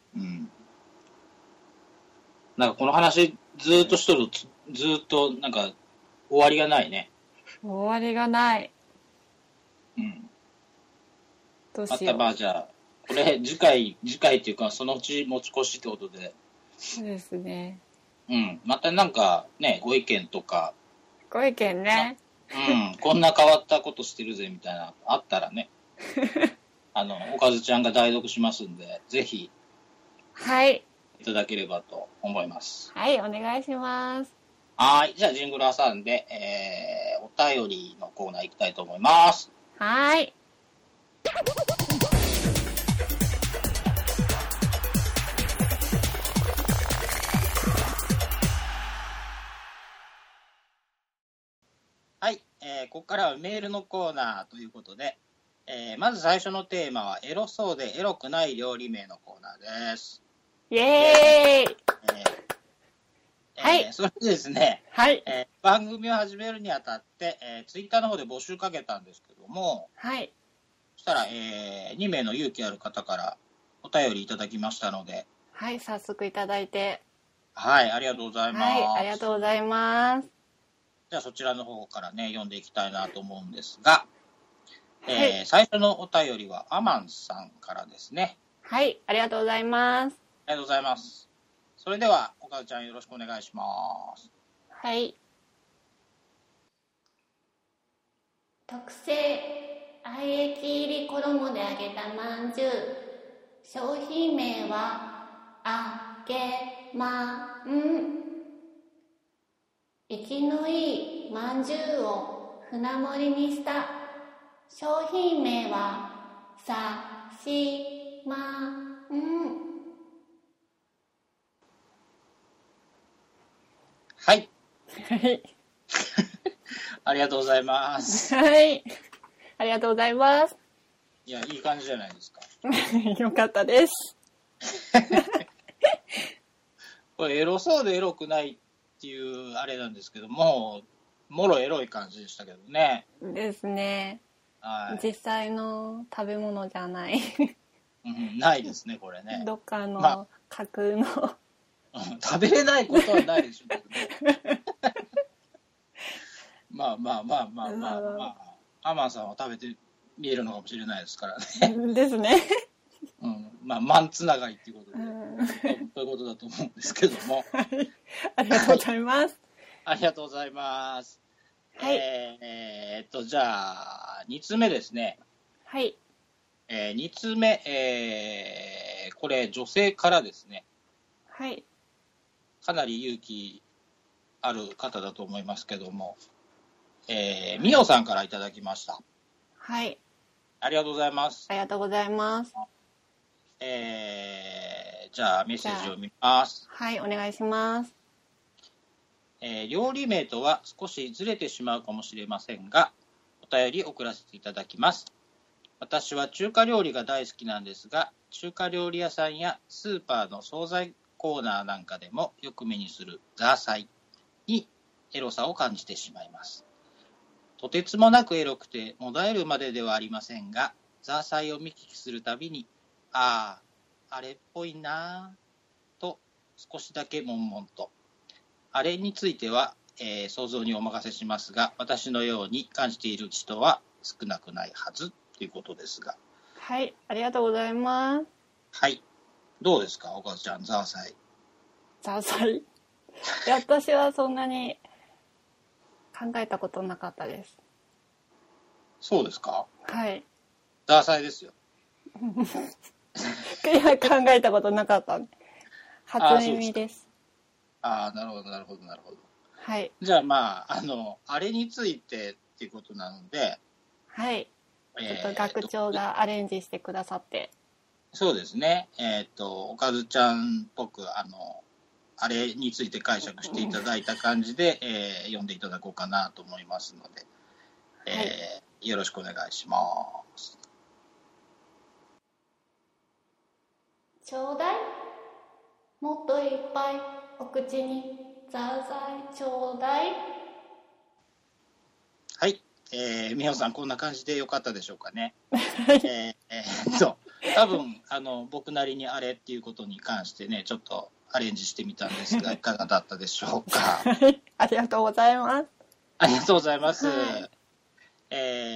なんかこの話ずっとしとるとずっとなんか終わりがないね。 終わりがない。 うん。 どうしよう。 またまあじゃあこれ次回っていうかそのうち持ち越しってことで。 そうですね。 うん。またなんかねご意見とか。 ご意見ね。 うん。こんな変わったことしてるぜみたいなあったらね。おかずちゃんが代読しますんでぜひ。 はい。 いただければと思います。 はい、お願いします。 はい。じゃあ、ジングル挟んで、お便りのコーナー行きたいと思います。 はい。 はい。ここからはメールのコーナーということで、まず最初のテーマは、エロそうでエロくない料理名のコーナーです。 イエーイ、 はい。それでですね、 はい。 番組を始めるにあたって、ツイッターの方で募集かけたんですけども、 はい。 そしたら、2名の勇気ある方からお便りいただきましたので、 はい、早速いただいて。 はい、ありがとうございます。 はい、ありがとうございます。 じゃあそちらの方からね、読んでいきたいなと思うんですが、最初のお便りはアマンさんからですね。 はい、ありがとうございます。 ありがとうございます。それでは、おかずちゃんよろしくお願いします。 はい。特製愛液入り衣で揚げたまんじゅう。商品名はあげまん。生きのいいまんじゅうを船盛りにした商品名はさしまん。 はい。 はい。 ありがとうございます。 はい。ありがとうございます。 いや、いい感じじゃないですか。 よかったです。 これ、エロそうでエロくないっていうあれなんですけども、もろエロい感じでしたけどね。 ですね。 はい。 実際の食べ物じゃない。 ないですね、これね。 どっかの架空の、 食べれないことはないでしょうけどね。まあ、アマンさんは食べてみえるのかもしれないですからね。 ですね。 マンつながりっていうことで、そういうことだと思うんですけども。 はい。ありがとうございます。 ありがとうございます。 はい。 じゃあ、2つ目ですね。 はい。 2つ目、これ、女性からですね。 はい。 かなり勇気ある方だと思いますけども、みおさんからいただきました。 はい。 ありがとうございます。 ありがとうございます。 じゃあ、メッセージを読みます。 はい、お願いします。 料理名とは少しずれてしまうかもしれませんが、お便り送らせていただきます。私は中華料理が大好きなんですが、中華料理屋さんやスーパーの惣菜コーナーなんかでもよく目にするザーサイにエロさを感じてしまいます。とてつもなくエロくてもだえるまでではありませんが、ザーサイを見聞きするたびに、あれっぽいなぁと少しだけ悶々と。あれについては、想像にお任せしますが、私のように感じている人は少なくないはずということですが。 はい、ありがとうございます。 はい。どうですか、おかずちゃん、ザーサイ。 ザーサイ。私はそんなに考えたことなかったです。 そうですか？ はい。 ザーサイですよ。 いや、考えたことなかった。初耳です。 なるほど、なるほど、なるほど。 はい。 じゃああれについてっていうことなので、 はい。ちょっと学長がアレンジしてくださって。 そうですね。おかずちゃんっぽく、あれについて解釈していただいた感じで、読んでいただこうかなと思いますので、 はい、 よろしくお願いします。 ちょうだい、もっといっぱいお口にザーザーちょうだい。 はい、みほさんこんな感じでよかったでしょうかね。多分僕なりにあれっていうことに関してね、ちょっとアレンジしてみたんですが、いかがだったでしょうか。 ありがとうございます。 ありがとうございます。 はい、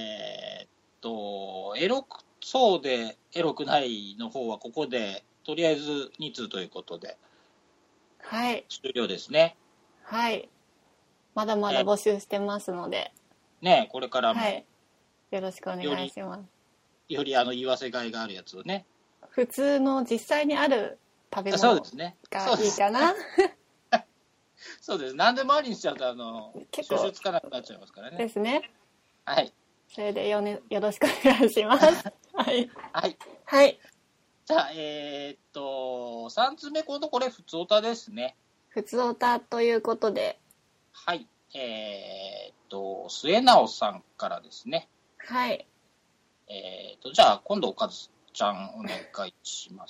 エロそうでエロくないの方はここでとりあえず2通ということで、 はい、 終了ですね。 はい。まだまだ募集してますので、 ね、これからも、 はい、よろしくお願いします。 より言わせがいがあるやつをね。 普通の実際にある食べそう物ですね。 がいいかな。 そうです。何でもありにしちゃうと結構収集つかなくなっちゃいますからね。 ですね。 はい。 それでよろしくお願いします。はい。 はい。 はい。 じゃあ、3つ目、これ、ふつおたですね。 ふつおたということで。 はい。末直さんからですね。 はい。 じゃあ、今度、おかずちゃん、お願いします。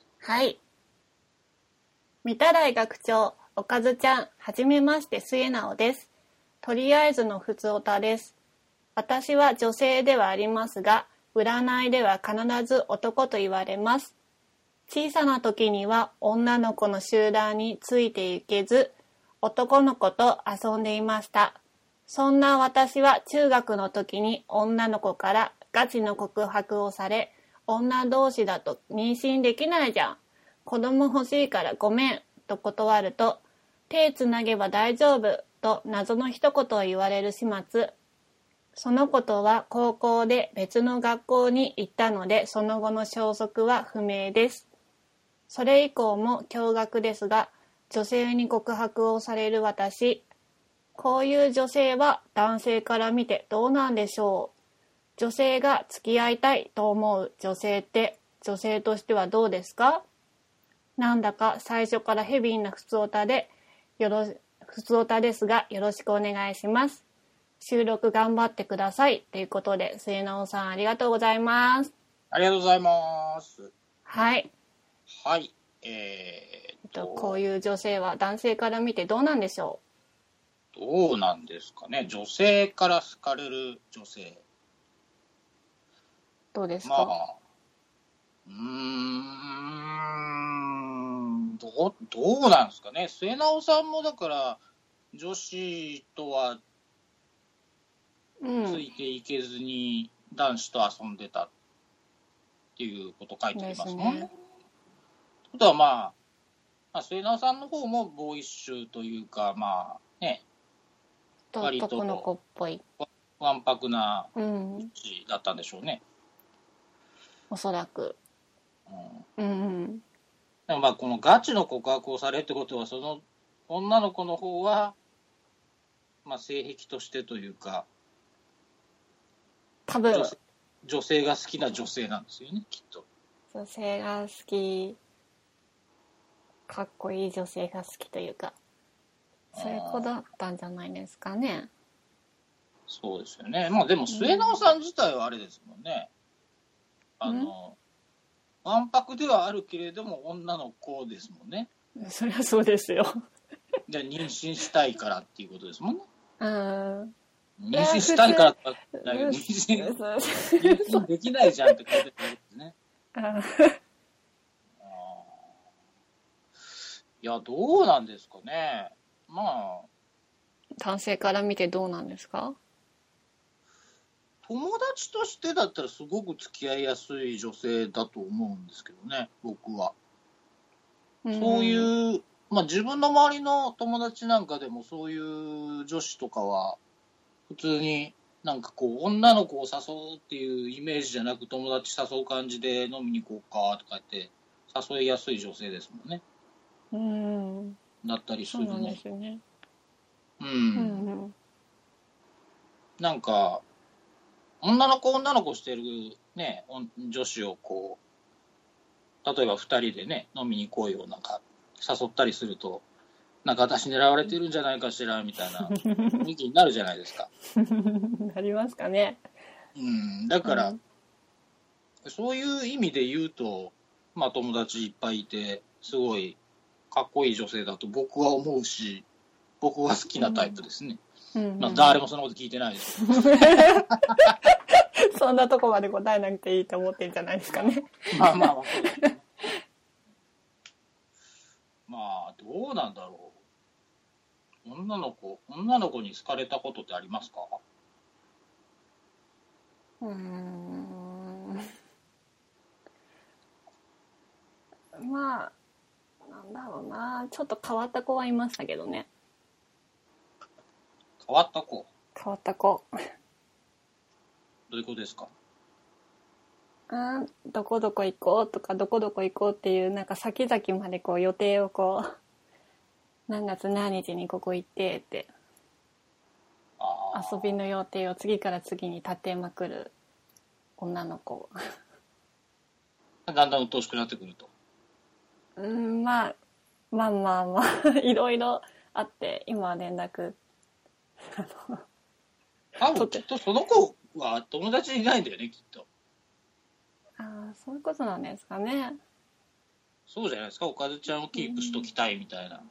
はい。御手洗学長、おかずちゃん、はじめまして、末直です。とりあえずのふつおたです。私は女性ではありますが、占いでは必ず男と言われます。小さな時には女の子の集団についていけず、男の子と遊んでいました。そんな私は中学の時に女の子からガチの告白をされ、女同士だと妊娠できないじゃん。子供欲しいからごめんと断ると、手つなげば大丈夫と謎の一言を言われる始末。その子とは高校で別の学校に行ったので、その後の消息は不明です。それ以降も驚愕ですが、女性に告白をされる私、こういう女性は男性から見てどうなんでしょう。女性が付き合いたいと思う女性って女性としてはどうですか？なんだか最初からヘビーなふつおたですが、よろしくお願いします。収録頑張ってくださいということで、末直さんありがとうございます。 ありがとうございます。 はい。 はい。 こういう女性は男性から見てどうなんでしょう。どうなんですかね。女性から好かれる女性。 どうですか？ まあ、どうなんですかね。末直さんもだから女子とはついていけずに男子と遊んでたっていうこと書いてありますもんね。あとはまあ、末直さんの方もボーイッシュというか、まあね、割と男の子っぽいわんぱくな女子だったんでしょうね。 おそらく。うん。 でもまあこのガチの告白をされってことは、その女の子の方は、まあ性癖としてというか、 多分女性が好きな女性なんですよね、きっと。 女性が好き、かっこいい女性が好きというか、そういう子だったんじゃないですかね。 そうですよね。まあでも末直さん自体はあれですもんね。わんぱくではあるけれども女の子ですもんね。 そりゃそうですよ。 じゃあ妊娠したいからっていうことですもんね。 妊妊娠したいからだけど妊娠できないじゃんって書いてあるんですね。いや、どうなんですかね。まあ。 男性から見てどうなんですか？ 友達としてだったらすごく付き合いやすい女性だと思うんですけどね、僕は。そういう、まあ自分の周りの友達なんかでもそういう女子とかは、普通になんかこう、女の子を誘うっていうイメージじゃなく、友達誘う感じで飲みに行こうかとか言って、誘いやすい女性ですもんね。だったりするの。そうなんですよね。なんか、女の子してるね、女子をこ例えば2人でね、飲みに行こうよ、なんか誘ったりすると、なんか私狙われてるんじゃないかしらみたいな雰囲気になるじゃないですか。 なりますかね。 だから、そういう意味で言うと、まあ友達いっぱいいて、すごいかっこいい女性だと僕は思うし、僕は好きなタイプですね。まあ誰もそんなこと聞いてないですけど。 そんなとこまで答えなくていいと思ってるんじゃないですかね。 まあまあまあ、そうですね。まあ、どうなんだろう。女の子に好かれたことってありますか？ まあ、なんだろうな。ちょっと変わった子はいましたけどね。 変わった子。 変わった子。 どういうことですか？ どこどこ行こうとか、どこどこ行こうっていう、なんか先々までこう予定をこう、何月何日にここ行ってって、遊びの予定を次から次に立てまくる女の子。 だんだん鬱陶しくなってくると。 まあいろいろあって今は連絡多分きっとその子は友達いないんだよね、きっと。 そういうことなんですかね。 そうじゃないですか、おかずちゃんをキープしときたいみたいな。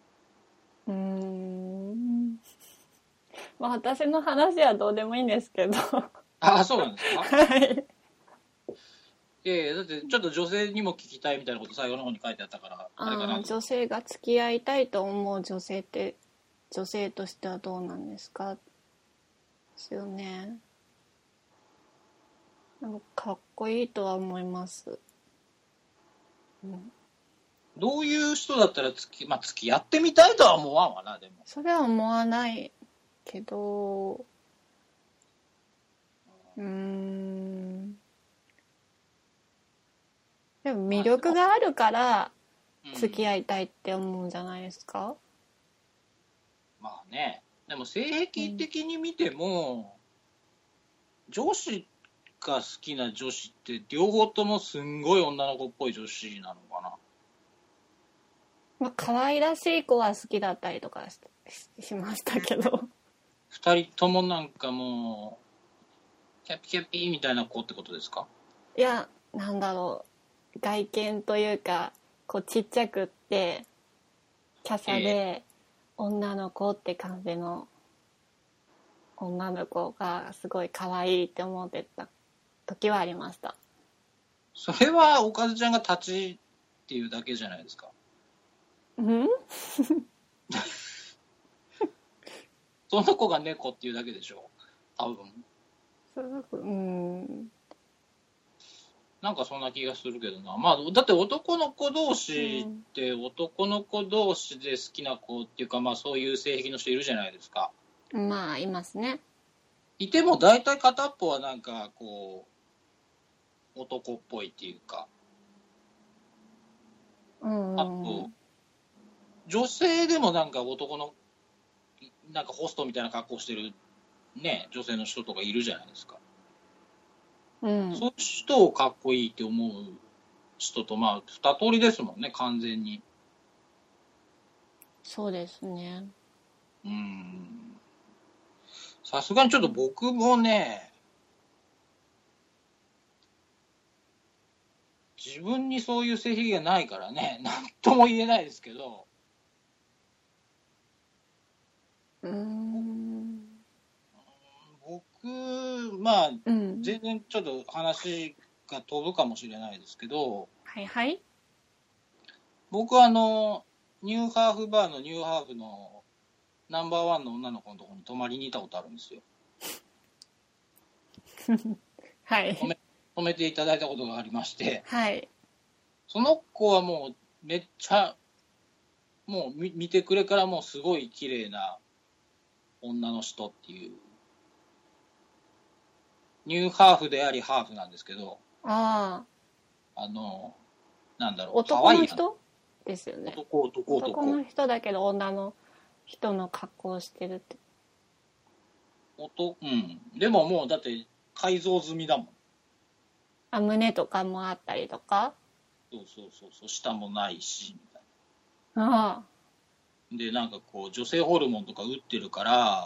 まあ私の話はどうでもいいんですけど。 そうなんですか？ はい。 だってちょっと女性にも聞きたいみたいなこと最後の方に書いてあったから、あれかな。 女性が付き合いたいと思う女性って女性としてはどうなんですかですよね。かっこいいとは思います。 どういう人だったら付き合ってみたいとは思わんわな、でも。 それは思わないけど、でも魅力があるから付き合いたいって思うんじゃないですか？ まあね、でも性癖的に見ても、女子が好きな女子って両方ともすんごい女の子っぽい女子なのかな。 まあ可愛らしい子は好きだったりとか しましたけど。 二人ともなんかもうキャピキャピみたいな子ってことですか？ いや、なんだろう、外見というかこうちっちゃくって華奢で女の子って感じの女の子がすごい可愛いって思ってた時はありました。 それはおかずちゃんが立ちっていうだけじゃないですか。その子が猫っていうだけでしょ、多分。 すごくなんかそんな気がするけどな。まあだって男の子同士って男の子同士で好きな子っていうか、まあそういう性癖の人いるじゃないですか。 まあいますね。 いても大体片っぽはなんかこう男っぽいっていうか、あと女性でもなんか男のなんかホストみたいな格好してるね女性の人とかいるじゃないですか。そういう人をかっこいいって思う人とまあ二通りですもんね、完全に。 そうですね。 さすがにちょっと僕もね、自分にそういう性癖がないからね、なんとも言えないですけど。僕、まあ、全然ちょっと話が飛ぶかもしれないですけど、 はいはい。 僕はニューハーフバーのニューハーフのナンバーワンの女の子のところに泊まりに行ったことあるんですよ。 はい。 泊めていただいたことがありまして、 はい。 その子はもうめっちゃ、もう見てくれからもうすごい綺麗な女の人っていう、ニューハーフでありハーフなんですけど、なんだろう、 男の人ですよね。 男の人だけど女の人の格好をしてるって。 でももうだって改造済みだもん。 胸とかもあったりとか。 そう下もないしみたいああ。 な。でなんかこう女性ホルモンとか打ってるから、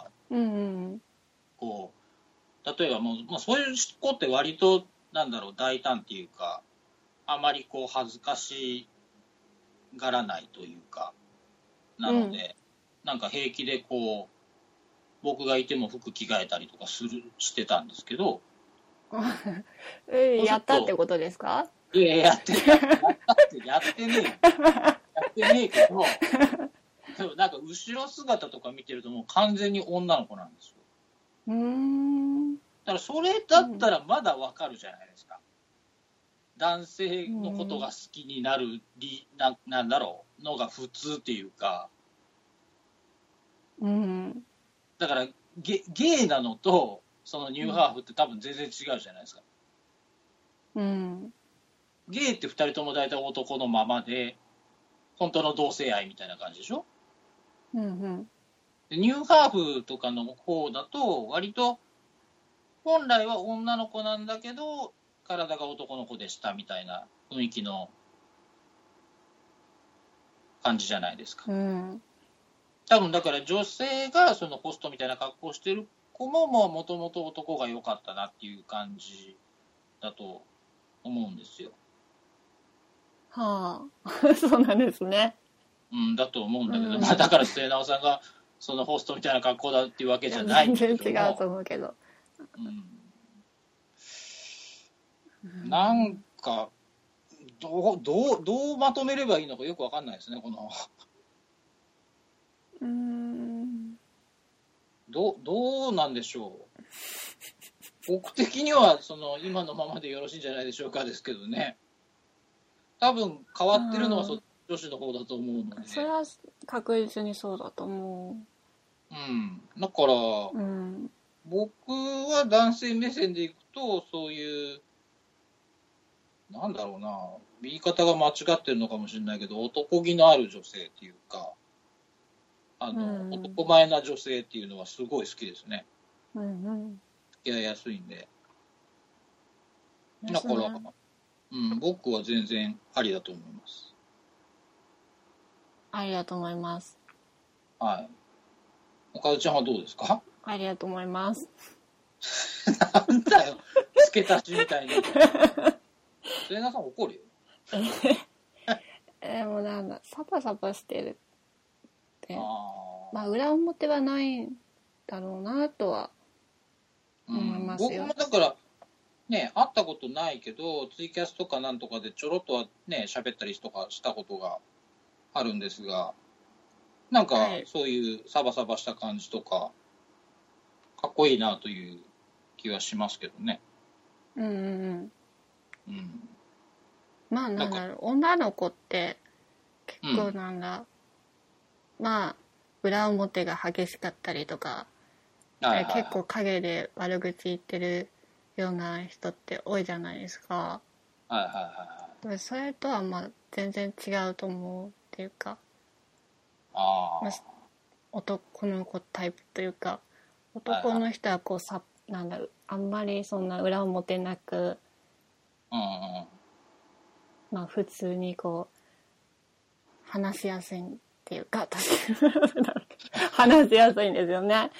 こう例えばもうそういう子って割となんだろう大胆っていうか、あまりこう恥ずかしがらないというかなので、なんか平気でこう僕がいても服着替えたりとかしてたんですけど。 やったってことですか？ いややってねえけど、でもなんか後ろ姿とか見てるともう完全に女の子なんですよ。だからそれだったらまだわかるじゃないですか。男性のことが好きになるなんだろうのが普通っていうか。だからゲイなのとそのニューハーフって多分全然違うじゃないですか。ゲイって2人とも大体男のままで本当の同性愛みたいな感じでしょ。でニューハーフとかの方だと割と本来は女の子なんだけど体が男の子でしたみたいな雰囲気の感じじゃないですか。多分だから女性がそのホストみたいな格好をしてる子ももともと男が良かったなっていう感じだと思うんですよ。 はあ、そうなんですね。 だと思うんだけど、だから末直さんがそのホストみたいな格好だっていうわけじゃないけども。 全然違うと思うけど。 なんかどうまとめればいいのかよくわかんないですね、この。どうなんでしょう。僕的にはその今のままでよろしいんじゃないでしょうかですけどね。多分変わってるのは女子の方だと思うので。 それは確実にそうだと思う。だから、僕は男性目線でいくとそういうなんだろうな、言い方が間違ってるのかもしれないけど、男気のある女性っていうか、男前な女性っていうのはすごい好きですね。付き合いやすいんで。だから、僕は全然ありだと思います。 ありだと思います。 はい。岡田ちゃんはどうですか？ ありだと思います。 なんだよ、付け足しみたいに。末永さん怒るよ。 でもなんだ、サバサバしてるって、まあ裏表はないんだろうなとは思いますよ。 僕もだからね、会ったことないけどツイキャスとかなんとかでちょろっとはね喋ったりとかしたことがあるんですが、なんかそういうサバサバした感じとかかっこいいなという気はしますけどね。 まあなんだろう、女の子って結構なんだ、まあ裏表が激しかったりとか、結構陰で悪口言ってるような人って多いじゃないですか。それとはまあ全然違うと思うっていうか、男の子タイプというか、男の人はこうなんだろう、あんまりそんな裏表なく、まあ普通にこう話しやすいっていうか、話しやすいんですよね。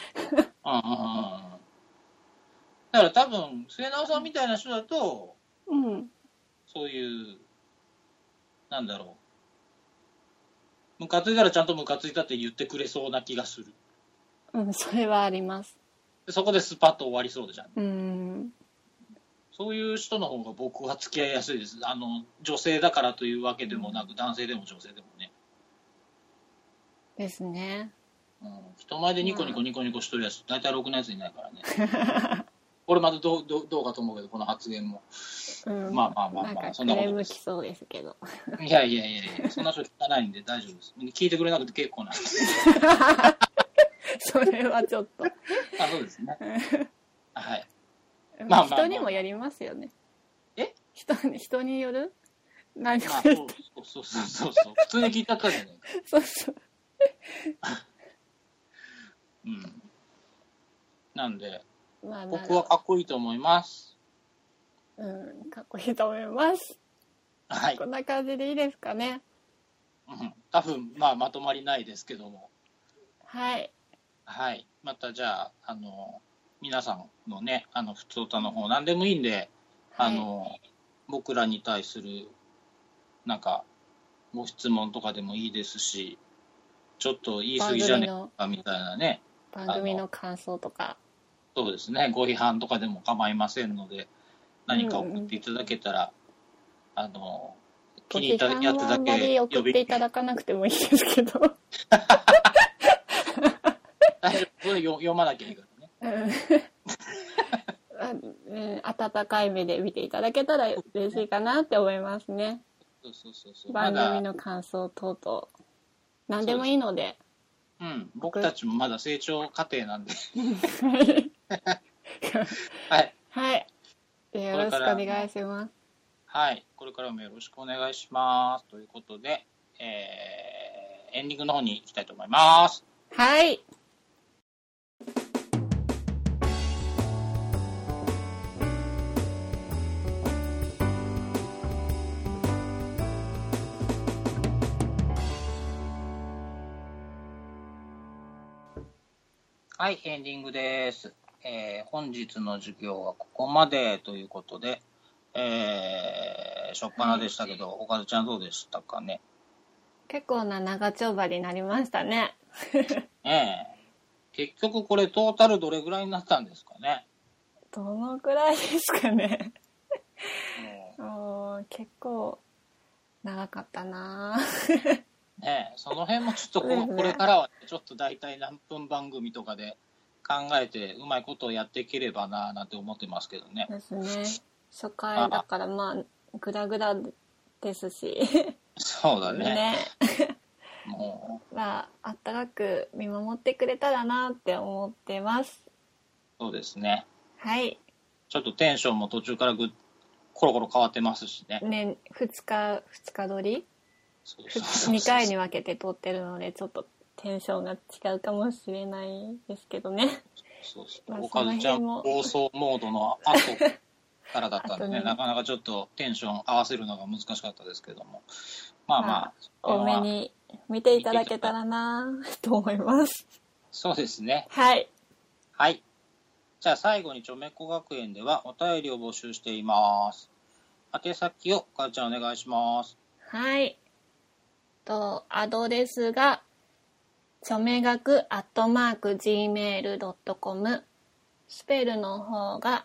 だから多分末直さんみたいな人だと、そういうなんだろう、ムカついたらちゃんとムカついたって言ってくれそうな気がする。 それはあります。 そこでスパッと終わりそうじゃん。そういう人の方が僕は付き合いやすいです。女性だからというわけでもなく、男性でも女性でもね。 ですね。 人前でニコニコニコニコしとるやつ、大体ろくなやついないからね。これまたどうかと思うけど、この発言も。まあ、 そんなことです。クレームきそうですけど。 いや、そんな人汚いんで大丈夫です。聞いてくれなくて結構なんで。 それはちょっと。 そうですね。はい。 人にもよりますよね。人による？何をそう。普通に聞いたったじゃないか。 そう。 なんで、僕はかっこいいと思います。 かっこいいと思います。 はい。 こんな感じでいいですかね。 多分、まとまりないですけども。 はい。 はい。またじゃあ、皆さんのね、ふつおたの方、何でもいいんで、 はい、 僕らに対する、なんか、ご質問とかでもいいですし、ちょっと言い過ぎじゃねえかみたいなね。 番組の感想とか。 そうですね、ご批判とかでも構いませんので、何か送っていただけたら、気に入ったやつだご批判はあんまりけ送っていただかなくてもいいですけど。 それ読まなきゃいいからね。 温かい目で見ていただけたら嬉しいかなって思いますね。 そう番組の感想等々何でもいいので、 僕たちもまだ成長過程なんではい、はい、よろしくお願いします。 はい、これからもよろしくお願いしますということで、エンディングの方に行きたいと思います。 はい。 はい、エンディングです。本日の授業はここまでということで、初っ端でしたけど、おかずちゃんどうでしたかね。 結構な長丁場になりましたね。 結局これトータルどれぐらいになったんですかね。 どのくらいですかね。結構長かったな。 その辺もちょっとこれからはちょっと大体何分番組とかで考えてうまいことをやっていければななんて思ってますけどね。 ですね。初回だからグダグダですし。 そうだね。 もうあったかく見守ってくれたらなって思ってます。 そうですね。 はい。 ちょっとテンションも途中からコロコロ変わってますしね。 2日撮り2回に分けて撮ってるのでちょっとテンションが違うかもしれないですけどね。 おかずちゃん放送モードの後からだったんでねなかなかちょっとテンション合わせるのが難しかったですけども、 多めに見ていただけたらなと思います。 そうですね。 はい。 はい。じゃあ最後にちょめっこ学園ではお便りを募集しています。宛先をおかずちゃんお願いします。 はい。アドレスがちょめがく@gmail.com、 スペルの方が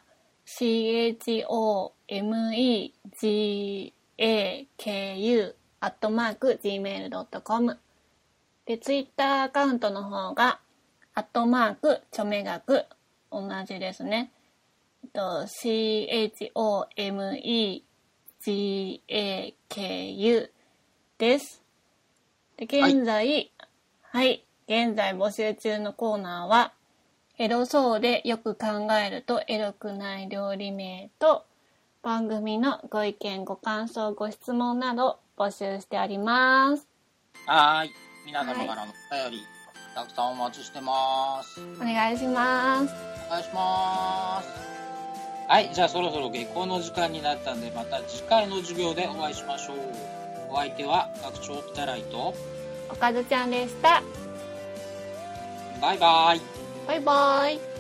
CHOMEGAKU@gmail.com で、ツイッターアカウントの方がちょめがく、同じですね。CHOMEGAKU です。で、現在募集中のコーナーは、エロそうでよく考えるとエロくない料理名と、番組のご意見、ご感想、ご質問など募集してあります。 はい。皆様からのお便り、たくさんお待ちしてます。 お願いします。 お願いします。はい、じゃあそろそろ下校の時間になったんで、また次回の授業でお会いしましょう。お相手は学長ピタライとおかずちゃんでした。 バイバイ。 バイバイ。